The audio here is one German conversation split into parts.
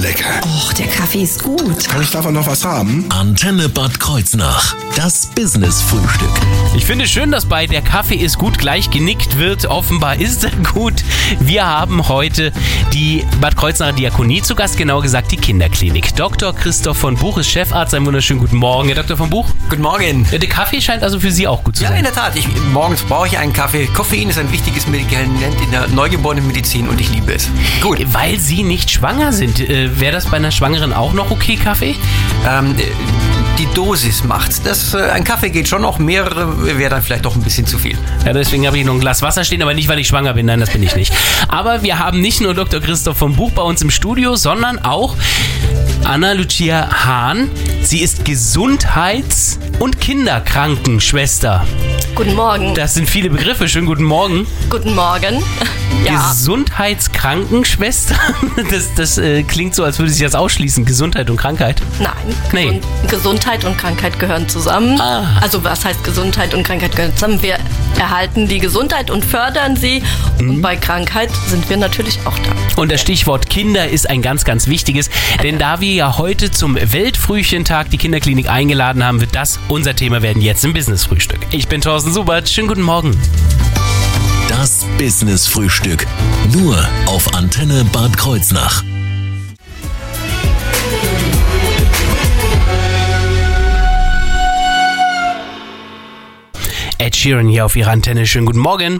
lecker. Och, der Kaffee ist gut. Kann ich davon noch was haben? Antenne Bad Kreuznach. Das Business-Frühstück. Ich finde es schön, dass bei der Kaffee ist gut gleich genickt wird. Offenbar ist er gut. Wir haben heute die Bad Kreuznacher Diakonie zu Gast, genauer gesagt die Kinderklinik. Dr. Christoph von Buch ist Chefarzt. Einen wunderschönen guten Morgen, Herr Dr. von Buch. Guten Morgen. Der Kaffee scheint also für Sie auch gut zu sein. Ja, in der Tat. Morgens brauche ich einen Kaffee. Koffein ist ein wichtiges Medikament in der Neugeborenenmedizin und ich liebe es. Gut. Weil Sie nicht schwanger sind. Wäre das bei einer Schwangeren auch noch okay, Kaffee? Die Dosis macht's. Ein Kaffee geht schon, auch mehrere wäre dann vielleicht doch ein bisschen zu viel. Ja, deswegen habe ich noch ein Glas Wasser stehen, aber nicht, weil ich schwanger bin. Nein, das bin ich nicht. Aber wir haben nicht nur Dr. Christoph vom Buch bei uns im Studio, sondern auch Anna Lucia Hahn. Sie ist Gesundheits- und Kinderkrankenschwester. Guten Morgen. Das sind viele Begriffe. Schönen guten Morgen. Guten Morgen. Ja. Gesundheitskrankenschwester? Das klingt so, als würde sich das ausschließen. Gesundheit und Krankheit. Nein. Gesundheit und Krankheit gehören zusammen. Ah. Also was heißt Gesundheit und Krankheit gehören zusammen? Wir erhalten die Gesundheit und fördern sie. Und bei Krankheit sind wir natürlich auch da. Und das Stichwort Kinder ist ein ganz, ganz wichtiges. Denn da wir ja heute zum Weltfrühchentag die Kinderklinik eingeladen haben, wird das unser Thema werden jetzt im Business-Frühstück. Ich bin Thorsten Subert. Schönen guten Morgen. Das Business-Frühstück. Nur auf Antenne Bad Kreuznach. Ed Sheeran hier auf Ihrer Antenne. Schönen guten Morgen.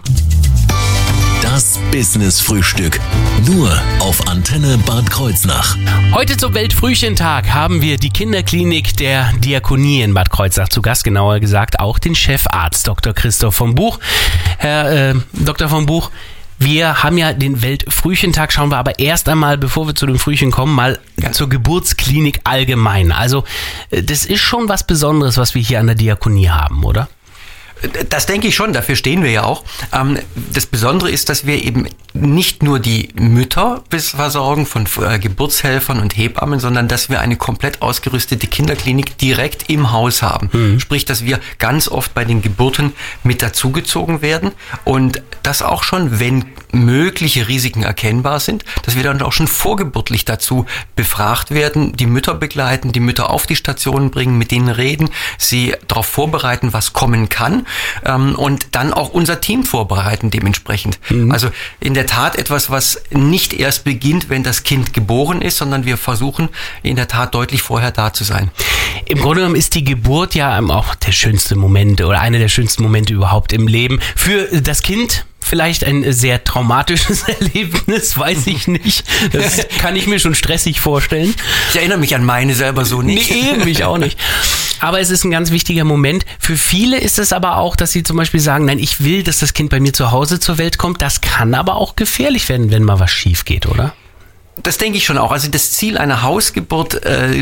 Das Business-Frühstück. Nur auf Antenne Bad Kreuznach. Heute zum Weltfrühchentag haben wir die Kinderklinik der Diakonie in Bad Kreuznach zu Gast. Genauer gesagt auch den Chefarzt Dr. Christoph von Buch. Herr Dr. von Buch, wir haben ja den Weltfrühchentag, schauen wir aber erst einmal, bevor wir zu den Frühchen kommen, mal zur Geburtsklinik allgemein. Also das ist schon was Besonderes, was wir hier an der Diakonie haben, oder? Das denke ich schon, dafür stehen wir ja auch. Das Besondere ist, dass wir eben nicht nur die Mütter versorgen von Geburtshelfern und Hebammen, sondern dass wir eine komplett ausgerüstete Kinderklinik direkt im Haus haben. Sprich, dass wir ganz oft bei den Geburten mit dazugezogen werden und das auch schon, wenn mögliche Risiken erkennbar sind, dass wir dann auch schon vorgeburtlich dazu befragt werden, die Mütter begleiten, die Mütter auf die Stationen bringen, mit denen reden, sie darauf vorbereiten, was kommen kann. Und dann auch unser Team vorbereiten dementsprechend. Also in der Tat etwas, was nicht erst beginnt, wenn das Kind geboren ist, sondern wir versuchen in der Tat deutlich vorher da zu sein. Im Grunde genommen ist die Geburt ja auch der schönste Moment oder einer der schönsten Momente überhaupt im Leben. Für das Kind vielleicht ein sehr traumatisches Erlebnis, weiß ich nicht. Das kann ich mir schon stressig vorstellen. Ich erinnere mich an meine selber so nicht. Nee, eben, ich auch nicht. Aber es ist ein ganz wichtiger Moment. Für viele ist es aber auch, dass sie zum Beispiel sagen, nein, ich will, dass das Kind bei mir zu Hause zur Welt kommt. Das kann aber auch gefährlich werden, wenn mal was schief geht, oder? Das denke ich schon auch. Also das Ziel einer Hausgeburt,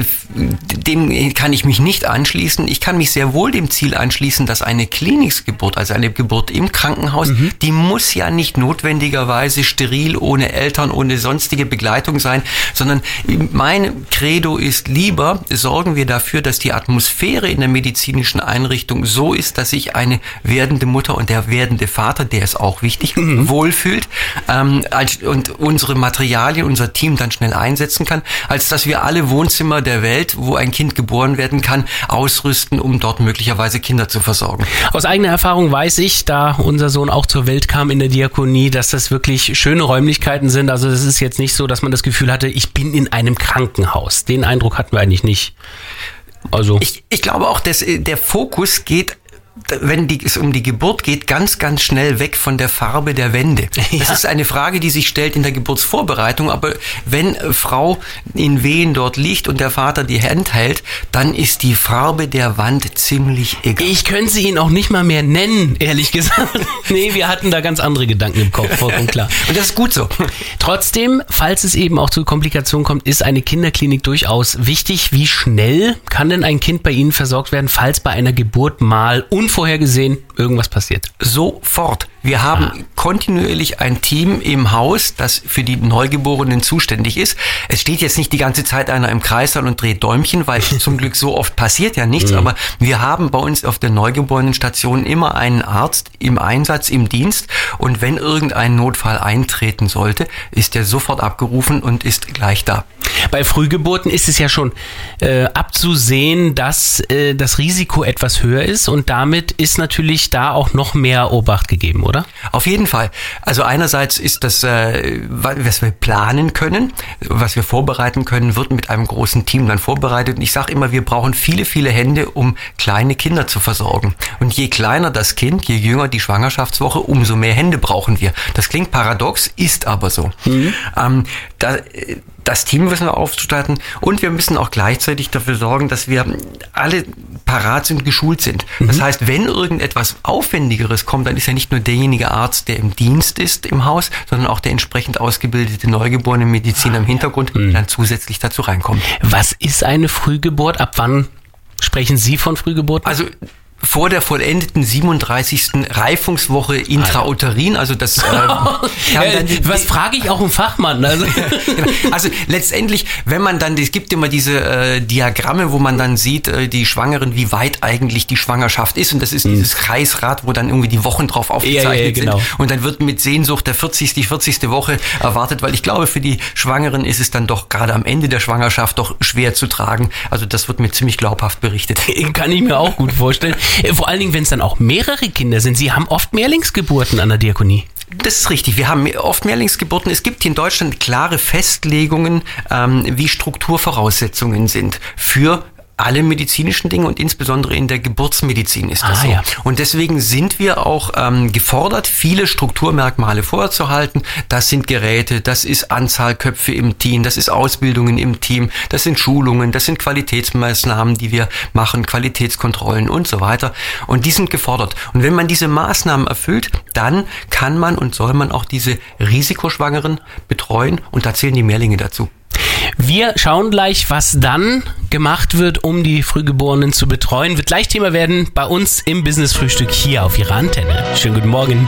dem kann ich mich nicht anschließen. Ich kann mich sehr wohl dem Ziel anschließen, dass eine Klinikgeburt, also eine Geburt im Krankenhaus, die muss ja nicht notwendigerweise steril, ohne Eltern, ohne sonstige Begleitung sein, sondern mein Credo ist lieber, sorgen wir dafür, dass die Atmosphäre in der medizinischen Einrichtung so ist, dass sich eine werdende Mutter und der werdende Vater, der ist auch wichtig, wohlfühlt und unsere Materialien, unser Team dann schnell einsetzen kann, als dass wir alle Wohnzimmer der Welt, wo ein Kind geboren werden kann, ausrüsten, um dort möglicherweise Kinder zu versorgen. Aus eigener Erfahrung weiß ich, da unser Sohn auch zur Welt kam in der Diakonie, dass das wirklich schöne Räumlichkeiten sind. Also es ist jetzt nicht so, dass man das Gefühl hatte, ich bin in einem Krankenhaus. Den Eindruck hatten wir eigentlich nicht. Also ich glaube auch, dass der Fokus geht, wenn es um die Geburt geht, ganz, ganz schnell weg von der Farbe der Wände. Das ist eine Frage, die sich stellt in der Geburtsvorbereitung, aber wenn Frau in Wehen dort liegt und der Vater die Hand hält, dann ist die Farbe der Wand ziemlich egal. Ich könnte sie ihn auch nicht mal mehr nennen, ehrlich gesagt. Nee, wir hatten da ganz andere Gedanken im Kopf, vollkommen klar. Und das ist gut so. Trotzdem, falls es eben auch zu Komplikationen kommt, ist eine Kinderklinik durchaus wichtig. Wie schnell kann denn ein Kind bei Ihnen versorgt werden, falls bei einer Geburt mal unvorhergesehen irgendwas passiert? Sofort. Wir haben kontinuierlich ein Team im Haus, das für die Neugeborenen zuständig ist. Es steht jetzt nicht die ganze Zeit einer im Kreissaal und dreht Däumchen, weil zum Glück so oft passiert ja nichts. Aber wir haben bei uns auf der Neugeborenen-Station immer einen Arzt im Einsatz, im Dienst. Und wenn irgendein Notfall eintreten sollte, ist er sofort abgerufen und ist gleich da. Bei Frühgeburten ist es ja schon abzusehen, dass das Risiko etwas höher ist und damit ist natürlich da auch noch mehr Obacht gegeben, oder? Auf jeden Fall. Also einerseits ist das, was wir planen können, was wir vorbereiten können, wird mit einem großen Team dann vorbereitet. Und ich sage immer, wir brauchen viele, viele Hände, um kleine Kinder zu versorgen. Und je kleiner das Kind, je jünger die Schwangerschaftswoche, umso mehr Hände brauchen wir. Das klingt paradox, ist aber so. Das Team müssen wir aufstatten und wir müssen auch gleichzeitig dafür sorgen, dass wir alle parat sind, geschult sind. Das heißt, wenn irgendetwas Aufwendigeres kommt, dann ist ja nicht nur derjenige Arzt, der im Dienst ist im Haus, sondern auch der entsprechend ausgebildete neugeborene Mediziner im Hintergrund, der dann zusätzlich dazu reinkommt. Was ist eine Frühgeburt? Ab wann sprechen Sie von Frühgeburt? Also vor der vollendeten 37. Reifungswoche intrauterin, also das was frage ich auch einen Fachmann? Also letztendlich, wenn man dann, es gibt immer diese Diagramme, wo man dann sieht, die Schwangeren, wie weit eigentlich die Schwangerschaft ist und das ist dieses Kreisrad, wo dann irgendwie die Wochen drauf aufgezeichnet sind und dann wird mit Sehnsucht die 40. Woche erwartet, weil ich glaube, für die Schwangeren ist es dann doch gerade am Ende der Schwangerschaft doch schwer zu tragen. Also das wird mir ziemlich glaubhaft berichtet. Kann ich mir auch gut vorstellen. Vor allen Dingen, wenn es dann auch mehrere Kinder sind. Sie haben oft Mehrlingsgeburten an der Diakonie. Das ist richtig. Wir haben oft Mehrlingsgeburten. Es gibt hier in Deutschland klare Festlegungen, wie Strukturvoraussetzungen sind für alle medizinischen Dinge und insbesondere in der Geburtsmedizin ist das so. Ja. Und deswegen sind wir auch gefordert, viele Strukturmerkmale vorzuhalten. Das sind Geräte, das ist Anzahl Köpfe im Team, das ist Ausbildungen im Team, das sind Schulungen, das sind Qualitätsmaßnahmen, die wir machen, Qualitätskontrollen und so weiter. Und die sind gefordert. Und wenn man diese Maßnahmen erfüllt, dann kann man und soll man auch diese Risikoschwangeren betreuen und da zählen die Mehrlinge dazu. Wir schauen gleich, was dann gemacht wird, um die Frühgeborenen zu betreuen. Wird gleich Thema werden bei uns im Business-Frühstück hier auf Ihrer Antenne. Schönen guten Morgen.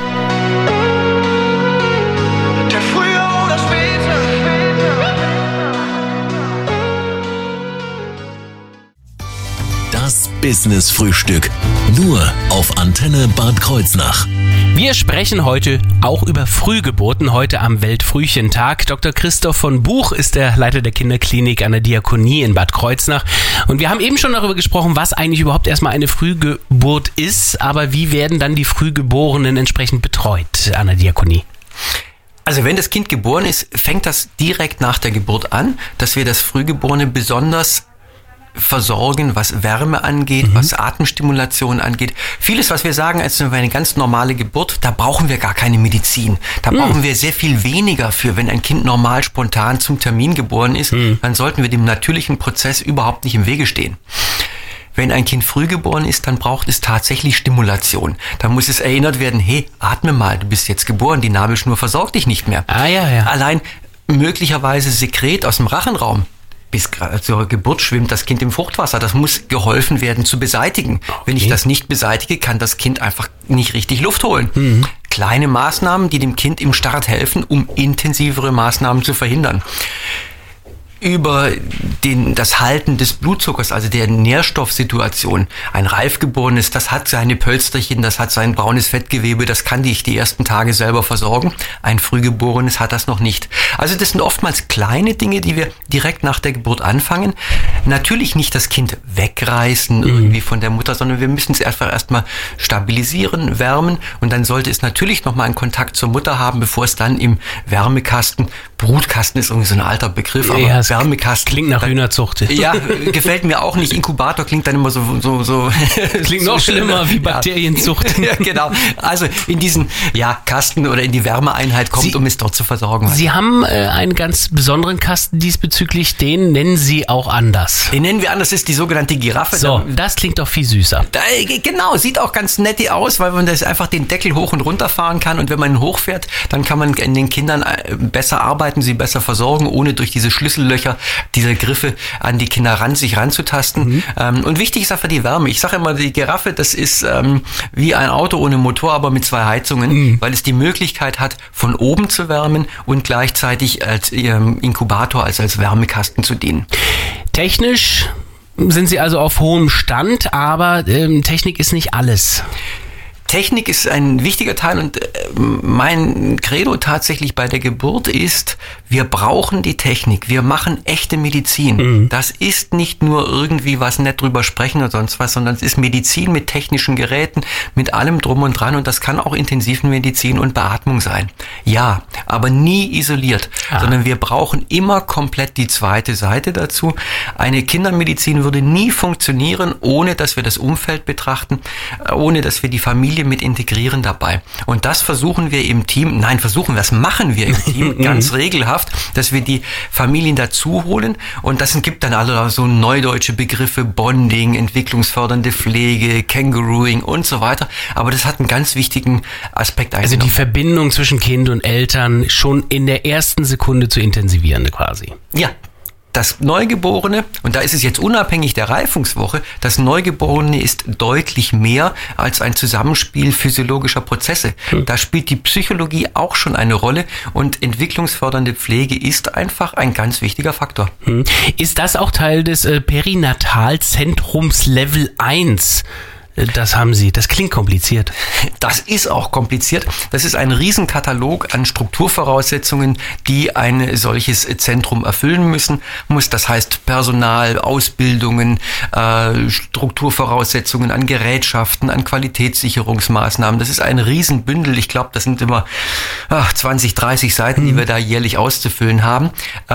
Das Business-Frühstück. Nur auf Antenne Bad Kreuznach. Wir sprechen heute auch über Frühgeburten, heute am Weltfrühchentag. Dr. Christoph von Buch ist der Leiter der Kinderklinik an der Diakonie in Bad Kreuznach. Und wir haben eben schon darüber gesprochen, was eigentlich überhaupt erstmal eine Frühgeburt ist. Aber wie werden dann die Frühgeborenen entsprechend betreut an der Diakonie? Also wenn das Kind geboren ist, fängt das direkt nach der Geburt an, dass wir das Frühgeborene besonders versorgen, was Wärme angeht, was Atemstimulation angeht. Vieles, was wir sagen, als eine ganz normale Geburt, da brauchen wir gar keine Medizin. Da brauchen wir sehr viel weniger für. Wenn ein Kind normal spontan zum Termin geboren ist, dann sollten wir dem natürlichen Prozess überhaupt nicht im Wege stehen. Wenn ein Kind früh geboren ist, dann braucht es tatsächlich Stimulation. Da muss es erinnert werden, hey, atme mal, du bist jetzt geboren, die Nabelschnur versorgt dich nicht mehr. Allein möglicherweise Sekret aus dem Rachenraum. Bis zur Geburt schwimmt das Kind im Fruchtwasser. Das muss geholfen werden zu beseitigen. Okay. Wenn ich das nicht beseitige, kann das Kind einfach nicht richtig Luft holen. Kleine Maßnahmen, die dem Kind im Start helfen, um intensivere Maßnahmen zu verhindern. Über das Halten des Blutzuckers, also der Nährstoffsituation. Ein Reifgeborenes, das hat seine Pölsterchen, das hat sein braunes Fettgewebe, das kann die ersten Tage selber versorgen. Ein Frühgeborenes hat das noch nicht. Also das sind oftmals kleine Dinge, die wir direkt nach der Geburt anfangen. Natürlich nicht das Kind wegreißen irgendwie von der Mutter, sondern wir müssen es einfach erstmal stabilisieren, wärmen und dann sollte es natürlich nochmal einen Kontakt zur Mutter haben, bevor es dann im Wärmekasten, Brutkasten ist irgendwie so ein alter Begriff, aber ja, Wärmekasten. Klingt nach Hühnerzucht. Ja, gefällt mir auch nicht. Inkubator klingt dann immer so. Klingt noch schlimmer wie Bakterienzucht. Ja, genau. Also in diesen Kasten oder in die Wärmeeinheit kommt, um es dort zu versorgen. Sie haben einen ganz besonderen Kasten diesbezüglich, den nennen Sie auch anders. Den nennen wir anders, das ist die sogenannte Giraffe. So, das klingt doch viel süßer. Genau, sieht auch ganz nett aus, weil man das einfach den Deckel hoch und runter fahren kann und wenn man ihn hochfährt, dann kann man in den Kindern besser arbeiten, sie besser versorgen, ohne durch diese Schlüssellöcher dieser Griffe an die Kinder sich ranzutasten. Und wichtig ist einfach die Wärme. Ich sage immer, die Giraffe, das ist wie ein Auto ohne Motor, aber mit 2 Heizungen, weil es die Möglichkeit hat, von oben zu wärmen und gleichzeitig als Inkubator, als Wärmekasten zu dienen. Technisch sind Sie also auf hohem Stand, aber Technik ist nicht alles. Technik ist ein wichtiger Teil und mein Credo tatsächlich bei der Geburt ist, wir brauchen die Technik. Wir machen echte Medizin. Das ist nicht nur irgendwie was nett drüber sprechen oder sonst was, sondern es ist Medizin mit technischen Geräten, mit allem drum und dran und das kann auch Intensivmedizin und Beatmung sein. Ja, aber nie isoliert, sondern wir brauchen immer komplett die zweite Seite dazu. Eine Kindermedizin würde nie funktionieren, ohne dass wir das Umfeld betrachten, ohne dass wir die Familie mit integrieren dabei. Und das versuchen wir im Team, das machen wir im Team ganz regelhaft, dass wir die Familien dazu holen und das gibt dann alle so neudeutsche Begriffe, Bonding, entwicklungsfördernde Pflege, Kangarooing und so weiter. Aber das hat einen ganz wichtigen Aspekt eingenommen. Also die Verbindung zwischen Kind und Eltern schon in der ersten Sekunde zu intensivieren quasi. Ja. Das Neugeborene, und da ist es jetzt unabhängig der Reifungswoche, das Neugeborene ist deutlich mehr als ein Zusammenspiel physiologischer Prozesse. Da spielt die Psychologie auch schon eine Rolle und entwicklungsfördernde Pflege ist einfach ein ganz wichtiger Faktor. Ist das auch Teil des Perinatalzentrums Level 1? Das haben Sie. Das klingt kompliziert. Das ist auch kompliziert. Das ist ein Riesenkatalog an Strukturvoraussetzungen, die ein solches Zentrum erfüllen muss. Das heißt Personal, Ausbildungen, Strukturvoraussetzungen an Gerätschaften, an Qualitätssicherungsmaßnahmen. Das ist ein Riesenbündel. Ich glaube, das sind immer 20, 30 Seiten, die wir da jährlich auszufüllen haben.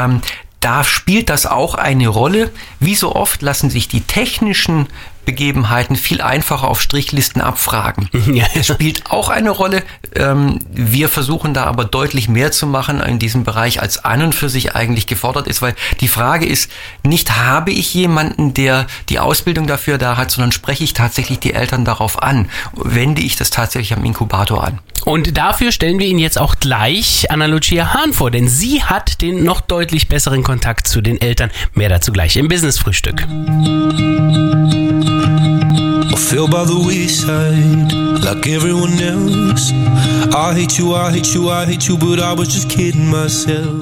Da spielt das auch eine Rolle. Wie so oft lassen sich die technischen Begebenheiten viel einfacher auf Strichlisten abfragen. Es spielt auch eine Rolle. Wir versuchen da aber deutlich mehr zu machen in diesem Bereich, als an und für sich eigentlich gefordert ist, weil die Frage ist, nicht habe ich jemanden, der die Ausbildung dafür da hat, sondern spreche ich tatsächlich die Eltern darauf an, wende ich das tatsächlich am Inkubator an. Und dafür stellen wir Ihnen jetzt auch gleich Anna-Lucia Hahn vor, denn sie hat den noch deutlich besseren Kontakt zu den Eltern. Mehr dazu gleich im Business-Frühstück. I fell by the wayside like everyone else. I hate you, I hate you, I hate you, but I was just kidding myself.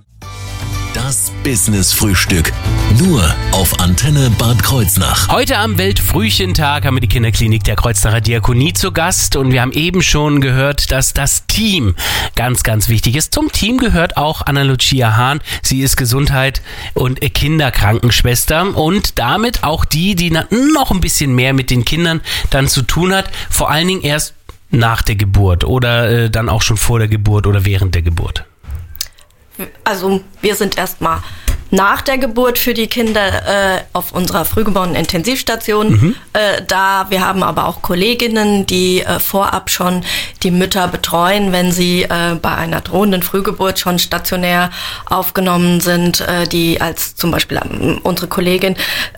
Das Business-Frühstück. Nur auf Antenne Bad Kreuznach. Heute am Weltfrühchentag haben wir die Kinderklinik der Kreuznacher Diakonie zu Gast und wir haben eben schon gehört, dass das Team ganz, ganz wichtig ist. Zum Team gehört auch Anna-Lucia Hahn. Sie ist Gesundheit- und Kinderkrankenschwester und damit auch die noch ein bisschen mehr mit den Kindern dann zu tun hat. Vor allen Dingen erst nach der Geburt oder dann auch schon vor der Geburt oder während der Geburt. Also wir sind erstmal nach der Geburt für die Kinder auf unserer frühgeborenen Intensivstation da. Wir haben aber auch Kolleginnen, die vorab schon die Mütter betreuen, wenn sie bei einer drohenden Frühgeburt schon stationär aufgenommen sind, die als zum Beispiel unsere Kollegin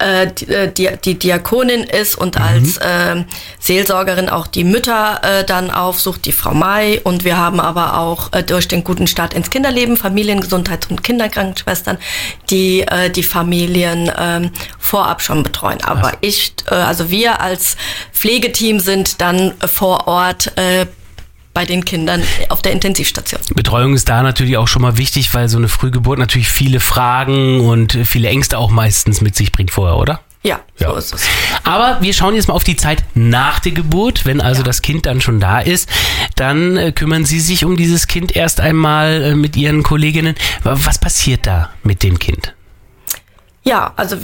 die Diakonin ist und als Seelsorgerin auch die Mütter dann aufsucht, die Frau May. Und wir haben aber auch durch den guten Start ins Kinderleben Familiengesundheits- und Kinderkrankenschwestern, die die Familien vorab schon betreuen. Aber also wir als Pflegeteam sind dann vor Ort bei den Kindern auf der Intensivstation. Betreuung ist da natürlich auch schon mal wichtig, weil so eine Frühgeburt natürlich viele Fragen und viele Ängste auch meistens mit sich bringt vorher, oder? Ja, so ist es. Aber wir schauen jetzt mal auf die Zeit nach der Geburt. Wenn also das Kind dann schon da ist, dann kümmern Sie sich um dieses Kind erst einmal mit Ihren Kolleginnen. Was passiert da mit dem Kind? Ja, also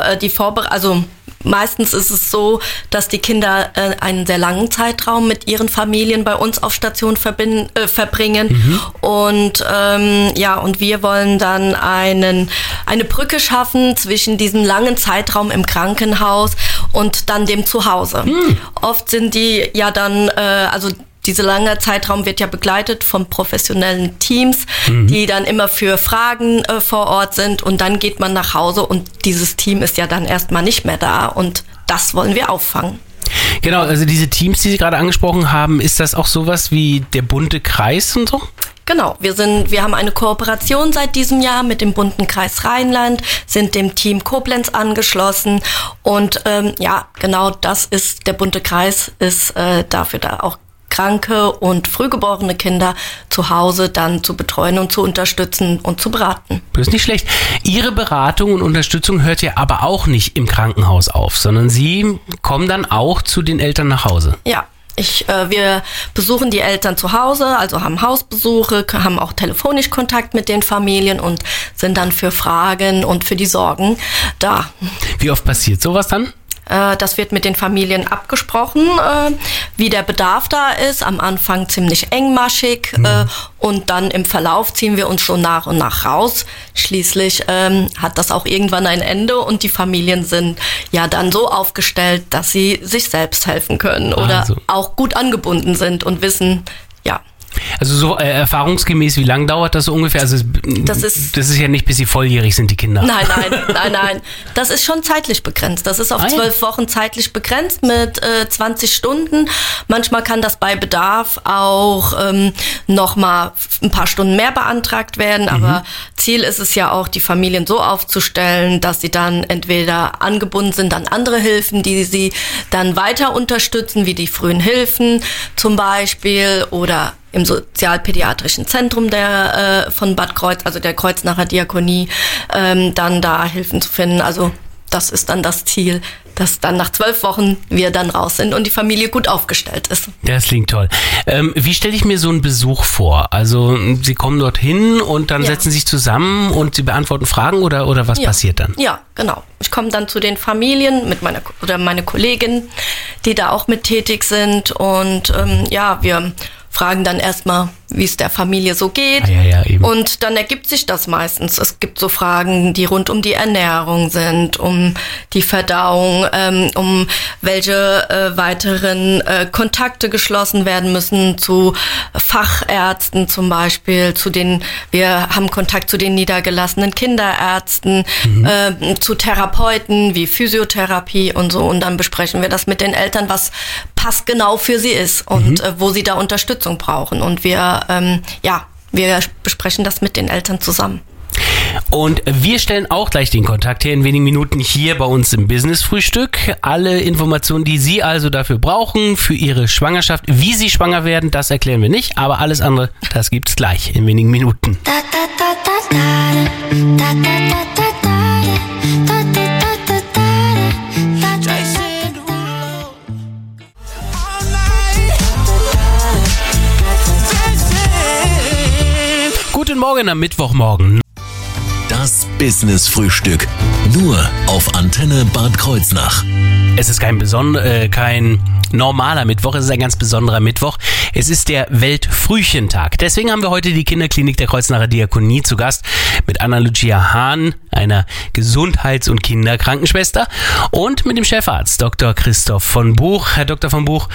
meistens ist es so, dass die Kinder einen sehr langen Zeitraum mit ihren Familien bei uns auf Station verbringen. Und und wir wollen dann eine Brücke schaffen zwischen diesem langen Zeitraum im Krankenhaus und dann dem Zuhause. Oft sind die ja dann, dieser lange Zeitraum wird ja begleitet von professionellen Teams, die dann immer für Fragen vor Ort sind und dann geht man nach Hause und dieses Team ist ja dann erstmal nicht mehr da und das wollen wir auffangen. Genau, also diese Teams, die Sie gerade angesprochen haben, ist das auch sowas wie der bunte Kreis und so? Genau, wir haben eine Kooperation seit diesem Jahr mit dem Bunten Kreis Rheinland, sind dem Team Koblenz angeschlossen und genau das ist, der Bunte Kreis ist dafür da auch kranke und frühgeborene Kinder zu Hause dann zu betreuen und zu unterstützen und zu beraten. Das ist nicht schlecht. Ihre Beratung und Unterstützung hört ja aber auch nicht im Krankenhaus auf, sondern Sie kommen dann auch zu den Eltern nach Hause. Ja. Wir besuchen die Eltern zu Hause, also haben Hausbesuche, haben auch telefonisch Kontakt mit den Familien und sind dann für Fragen und für die Sorgen da. Wie oft passiert sowas dann? Das wird mit den Familien abgesprochen, wie der Bedarf da ist. Am Anfang ziemlich engmaschig und dann im Verlauf ziehen wir uns so nach und nach raus. Schließlich hat das auch irgendwann ein Ende und die Familien sind ja dann so aufgestellt, dass sie sich selbst helfen können oder auch gut angebunden sind und wissen, ja. Also so erfahrungsgemäß, wie lang dauert das so ungefähr? Also das ist ja nicht, bis sie volljährig sind, die Kinder. Nein. Das ist schon zeitlich begrenzt. Das ist auf 12 Wochen zeitlich begrenzt mit 20 Stunden. Manchmal kann das bei Bedarf auch noch mal ein paar Stunden mehr beantragt werden. Aber Ziel ist es ja auch, die Familien so aufzustellen, dass sie dann entweder angebunden sind an andere Hilfen, die sie dann weiter unterstützen, wie die frühen Hilfen zum Beispiel oder im Sozialpädiatrischen Zentrum von Bad Kreuz, also der Kreuznacher Diakonie, dann da Hilfen zu finden. Also das ist dann das Ziel, dass dann nach 12 Wochen wir dann raus sind und die Familie gut aufgestellt ist. Das klingt toll. Wie stelle ich mir so einen Besuch vor? Also Sie kommen dorthin und dann setzen sich zusammen und Sie beantworten Fragen oder was passiert dann? Ja, genau. Ich komme dann zu den Familien mit meine Kollegin, die da auch mit tätig sind und wir fragen dann erstmal, wie es der Familie so geht. Eben. Und dann ergibt sich das meistens. Es gibt so Fragen, die rund um die Ernährung sind, um die Verdauung, um welche weiteren Kontakte geschlossen werden müssen zu Fachärzten zum Beispiel, wir haben Kontakt zu den niedergelassenen Kinderärzten, zu Therapeuten wie Physiotherapie und so. Und dann besprechen wir das mit den Eltern, was passgenau für sie ist und wo sie da Unterstützung brauchen. Und wir besprechen das mit den Eltern zusammen. Und wir stellen auch gleich den Kontakt her in wenigen Minuten hier bei uns im Business-Frühstück. Alle Informationen, die Sie also dafür brauchen, für Ihre Schwangerschaft, wie Sie schwanger werden, das erklären wir nicht, aber alles andere, das gibt's gleich in wenigen Minuten. Guten Morgen am Mittwochmorgen. Das Business-Frühstück. Nur auf Antenne Bad Kreuznach. Es ist kein normaler Mittwoch, es ist ein ganz besonderer Mittwoch. Es ist der Weltfrühchentag. Deswegen haben wir heute die Kinderklinik der Kreuznacher Diakonie zu Gast mit Anna-Lucia Hahn, einer Gesundheits- und Kinderkrankenschwester, und mit dem Chefarzt Dr. Christoph von Buch. Herr Dr. von Buch,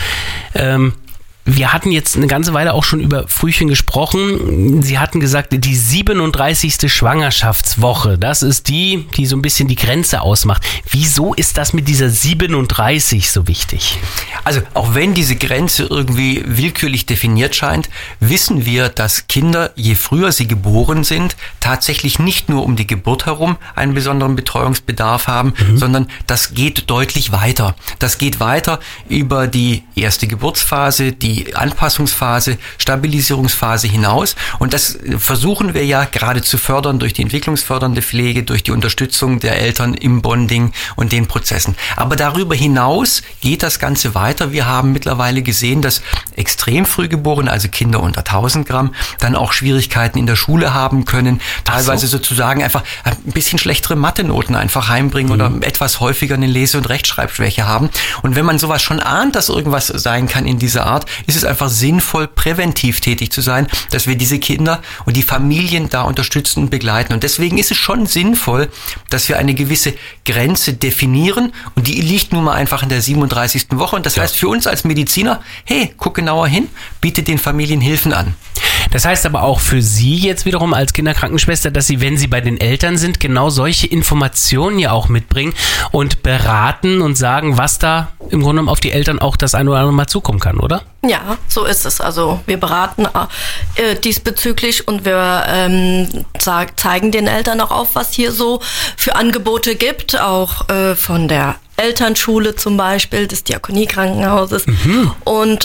wir hatten jetzt eine ganze Weile auch schon über Frühchen gesprochen. Sie hatten gesagt, die 37. Schwangerschaftswoche, das ist die so ein bisschen die Grenze ausmacht. Wieso ist das mit dieser 37 so wichtig? Also auch wenn diese Grenze irgendwie willkürlich definiert scheint, wissen wir, dass Kinder, je früher sie geboren sind, tatsächlich nicht nur um die Geburt herum einen besonderen Betreuungsbedarf haben, sondern das geht deutlich weiter. Das geht weiter über die erste Geburtsphase, die Anpassungsphase, Stabilisierungsphase hinaus. Und das versuchen wir ja gerade zu fördern durch die entwicklungsfördernde Pflege, durch die Unterstützung der Eltern im Bonding und den Prozessen. Aber darüber hinaus geht das Ganze weiter. Wir haben mittlerweile gesehen, dass extrem Frühgeborene, also Kinder unter 1000 Gramm, dann auch Schwierigkeiten in der Schule haben können, teilweise sozusagen einfach ein bisschen schlechtere Mathe-Noten einfach heimbringen oder etwas häufiger eine Lese- und Rechtschreibschwäche haben. Und wenn man sowas schon ahnt, dass irgendwas sein kann in dieser Art, ist es einfach sinnvoll, präventiv tätig zu sein, dass wir diese Kinder und die Familien da unterstützen und begleiten. Und deswegen ist es schon sinnvoll, dass wir eine gewisse Grenze definieren, und die liegt nun mal einfach in der 37. Woche. Und das heißt für uns als Mediziner, hey, guck genauer hin, biete den Familien Hilfen an. Das heißt aber auch für Sie jetzt wiederum als Kinderkrankenschwester, dass Sie, wenn Sie bei den Eltern sind, genau solche Informationen ja auch mitbringen und beraten und sagen, was da im Grunde genommen auf die Eltern auch das ein oder andere Mal zukommen kann, oder? Ja, so ist es. Also wir beraten diesbezüglich und wir zeigen den Eltern auch auf, was hier so für Angebote gibt, auch von der Elternschule zum Beispiel, des Diakoniekrankenhauses und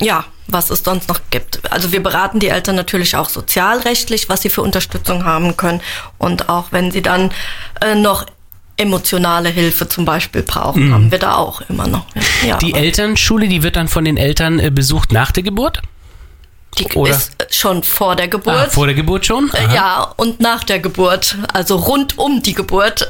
was es sonst noch gibt. Also wir beraten die Eltern natürlich auch sozialrechtlich, was sie für Unterstützung haben können und auch wenn sie dann noch emotionale Hilfe zum Beispiel brauchen, haben wir da auch immer noch. Ja. Die Elternschule, die wird dann von den Eltern besucht nach der Geburt? Die ist schon vor der Geburt. Ah, vor der Geburt schon? Ja, und nach der Geburt, also rund um die Geburt,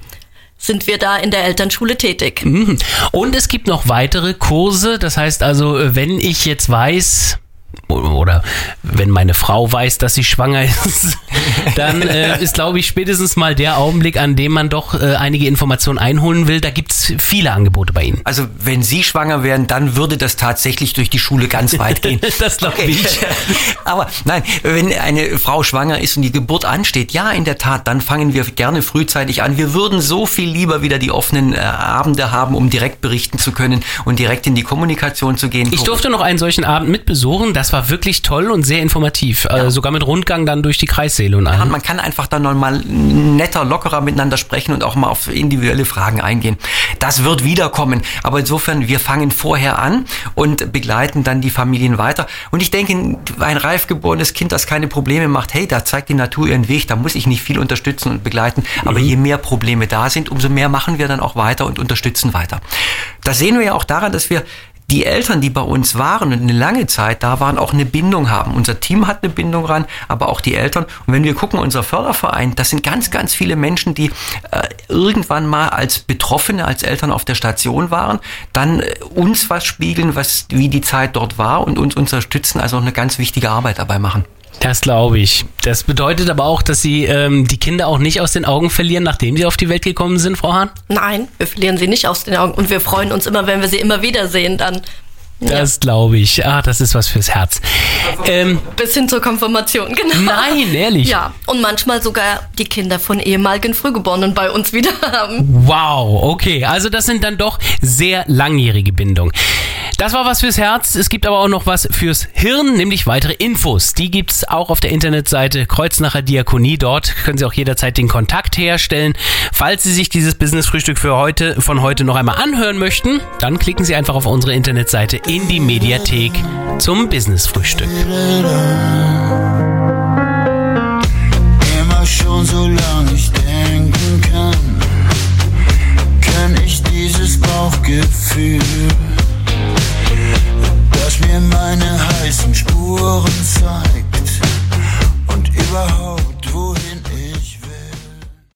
sind wir da in der Elternschule tätig. Und es gibt noch weitere Kurse, das heißt also, wenn ich jetzt weiß, oder wenn meine Frau weiß, dass sie schwanger ist, dann ist, glaube ich, spätestens mal der Augenblick, an dem man doch einige Informationen einholen will. Da gibt es viele Angebote bei Ihnen. Also wenn Sie schwanger wären, dann würde das tatsächlich durch die Schule ganz weit gehen. Das glaube ich. Aber nein, wenn eine Frau schwanger ist und die Geburt ansteht, ja, in der Tat, dann fangen wir gerne frühzeitig an. Wir würden so viel lieber wieder die offenen Abende haben, um direkt berichten zu können und direkt in die Kommunikation zu gehen. Ich durfte noch einen solchen Abend mitbesuchen. Das war wirklich toll und sehr informativ. Sogar mit Rundgang dann durch die Kreissäle und allem. Ja, man kann einfach dann nochmal netter, lockerer miteinander sprechen und auch mal auf individuelle Fragen eingehen. Das wird wiederkommen. Aber insofern, wir fangen vorher an und begleiten dann die Familien weiter. Und ich denke, ein reif geborenes Kind, das keine Probleme macht, hey, da zeigt die Natur ihren Weg, da muss ich nicht viel unterstützen und begleiten. Aber je mehr Probleme da sind, umso mehr machen wir dann auch weiter und unterstützen weiter. Das sehen wir ja auch daran, dass wir die Eltern, die bei uns waren und eine lange Zeit da waren, auch eine Bindung haben. Unser Team hat eine Bindung ran, aber auch die Eltern. Und wenn wir gucken, unser Förderverein, das sind ganz, ganz viele Menschen, die irgendwann mal als Betroffene, als Eltern auf der Station waren, dann uns was spiegeln, wie die Zeit dort war und uns unterstützen, also eine ganz wichtige Arbeit dabei machen. Das glaube ich. Das bedeutet aber auch, dass Sie die Kinder auch nicht aus den Augen verlieren, nachdem sie auf die Welt gekommen sind, Frau Hahn? Nein, wir verlieren sie nicht aus den Augen und wir freuen uns immer, wenn wir sie immer wiedersehen dann. Das glaube ich. Das ist was fürs Herz. Bis hin zur Konfirmation, genau. Nein, ehrlich? Ja, und manchmal sogar die Kinder von ehemaligen Frühgeborenen bei uns wieder haben. Wow, okay. Also das sind dann doch sehr langjährige Bindungen. Das war was fürs Herz. Es gibt aber auch noch was fürs Hirn, nämlich weitere Infos. Die gibt's auch auf der Internetseite Kreuznacher Diakonie. Dort können Sie auch jederzeit den Kontakt herstellen. Falls Sie sich dieses Business-Frühstück von heute noch einmal anhören möchten, dann klicken Sie einfach auf unsere Internetseite in die Mediathek zum Business-Frühstück.